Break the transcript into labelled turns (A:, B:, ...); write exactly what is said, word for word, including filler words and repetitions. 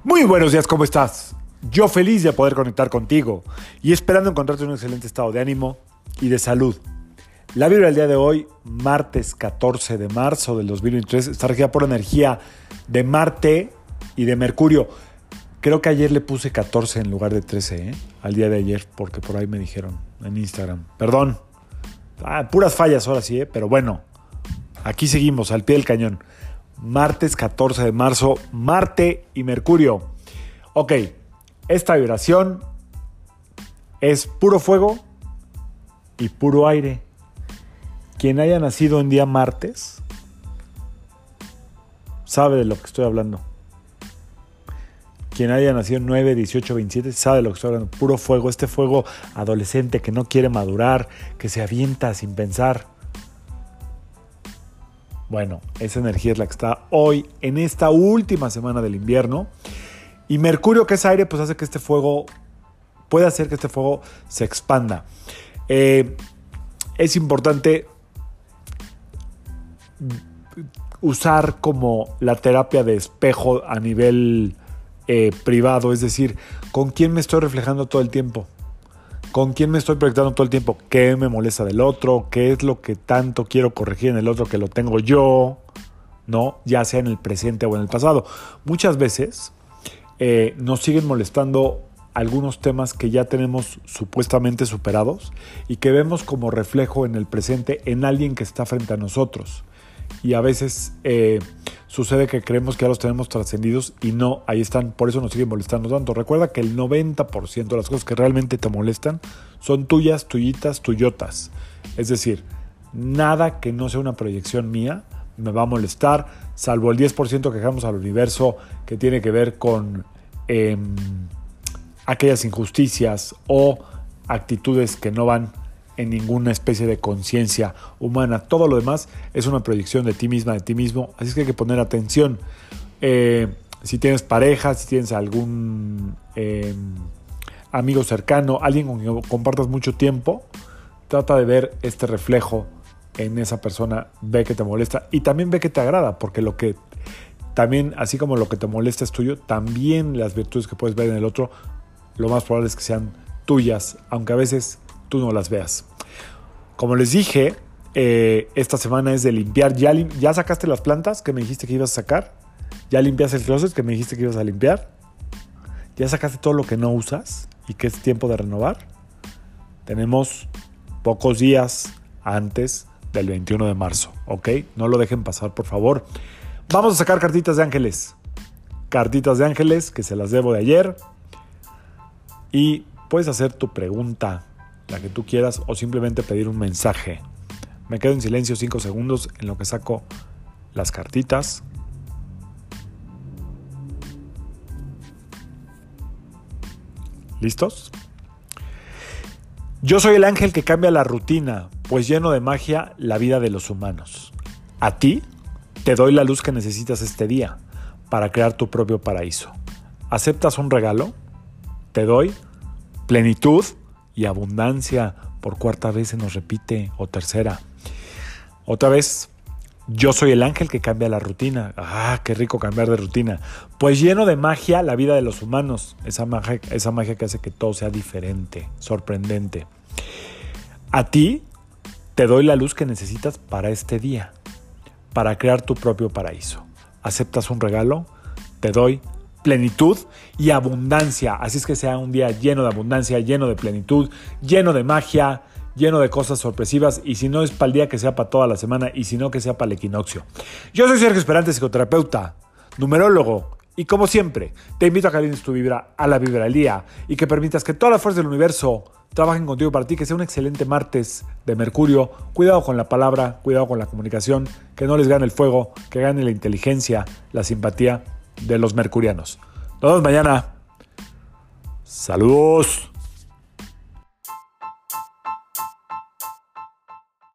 A: Muy buenos días, ¿cómo estás? Yo feliz de poder conectar contigo y esperando encontrarte en un excelente estado de ánimo y de salud. La vibra del día de hoy, martes catorce de marzo del dos mil veintitrés, está regida por energía de Marte y de Mercurio. Creo que ayer le puse catorce en lugar de trece, ¿eh? Al día de ayer, porque por ahí me dijeron en Instagram. Perdón. Ah, puras fallas ahora sí, ¿eh? Pero bueno, aquí seguimos al pie del cañón. Martes catorce de marzo, Marte y Mercurio. Ok, esta vibración es puro fuego y puro aire. Quien haya nacido en día martes sabe de lo que estoy hablando. Quien haya nacido en nueve, dieciocho, veintisiete sabe de lo que estoy hablando. Puro fuego, este fuego adolescente que no quiere madurar, que se avienta sin pensar. Bueno, esa energía es la que está hoy en esta última semana del invierno. Y Mercurio, que es aire, pues hace que este fuego, puede hacer que este fuego se expanda. Eh, es importante usar como la terapia de espejo a nivel eh, privado. Es decir, ¿con quién me estoy reflejando todo el tiempo? ¿Con quién me estoy proyectando todo el tiempo? ¿Qué me molesta del otro? ¿Qué es lo que tanto quiero corregir en el otro que lo tengo yo? ¿No? Ya sea en el presente o en el pasado. Muchas veces eh, nos siguen molestando algunos temas que ya tenemos supuestamente superados y que vemos como reflejo en el presente en alguien que está frente a nosotros. Y a veces eh, sucede que creemos que ya los tenemos trascendidos y no, ahí están, por eso nos siguen molestando tanto. Recuerda que el noventa por ciento de las cosas que realmente te molestan son tuyas, tuyitas, tuyotas. Es decir, nada que no sea una proyección mía me va a molestar, salvo el diez por ciento que dejamos al universo que tiene que ver con eh, aquellas injusticias o actitudes que no van en ninguna especie de conciencia humana. Todo lo demás es una proyección de ti misma, de ti mismo. Así es que hay que poner atención. Eh, si tienes pareja, si tienes algún eh, amigo cercano, alguien con quien compartas mucho tiempo, trata de ver este reflejo en esa persona. Ve que te molesta y también ve que te agrada, porque lo que también, así como lo que te molesta es tuyo, también las virtudes que puedes ver en el otro, lo más probable es que sean tuyas, aunque a veces tú no las veas. Como les dije, eh, esta semana es de limpiar. ¿Ya, lim- ¿Ya sacaste las plantas que me dijiste que ibas a sacar? ¿Ya limpiaste el closet que me dijiste que ibas a limpiar? ¿Ya sacaste todo lo que no usas y que es tiempo de renovar? Tenemos pocos días antes del veintiuno de marzo, ¿ok? No lo dejen pasar, por favor. Vamos a sacar cartitas de ángeles. Cartitas de ángeles que se las debo de ayer. Y puedes hacer tu pregunta, la que tú quieras, o simplemente pedir un mensaje. Me quedo en silencio cinco segundos en lo que saco las cartitas. ¿Listos? Yo soy el ángel que cambia la rutina, pues lleno de magia la vida de los humanos. A ti te doy la luz que necesitas este día para crear tu propio paraíso. ¿Aceptas un regalo? Te doy plenitud y abundancia. Por cuarta vez se nos repite, o tercera. Otra vez, yo soy el ángel que cambia la rutina. Ah, qué rico cambiar de rutina. Pues lleno de magia la vida de los humanos. Esa magia, esa magia que hace que todo sea diferente, sorprendente. A ti te doy la luz que necesitas para este día, para crear tu propio paraíso. ¿Aceptas un regalo? Te doy plenitud y abundancia. Así es que sea un día lleno de abundancia, lleno de plenitud, lleno de magia, lleno de cosas sorpresivas. Y si no es para el día, que sea para toda la semana. Y si no, que sea para el equinoccio. Yo soy Sergio Esperante, psicoterapeuta, numerólogo. Y como siempre, te invito a que alines tu vibra a la vibra del día y que permitas que todas las fuerzas del universo trabajen contigo para ti. Que sea un excelente martes de Mercurio. Cuidado con la palabra, cuidado con la comunicación. Que no les gane el fuego, que gane la inteligencia, la simpatía de los mercurianos. Nos vemos mañana. Saludos.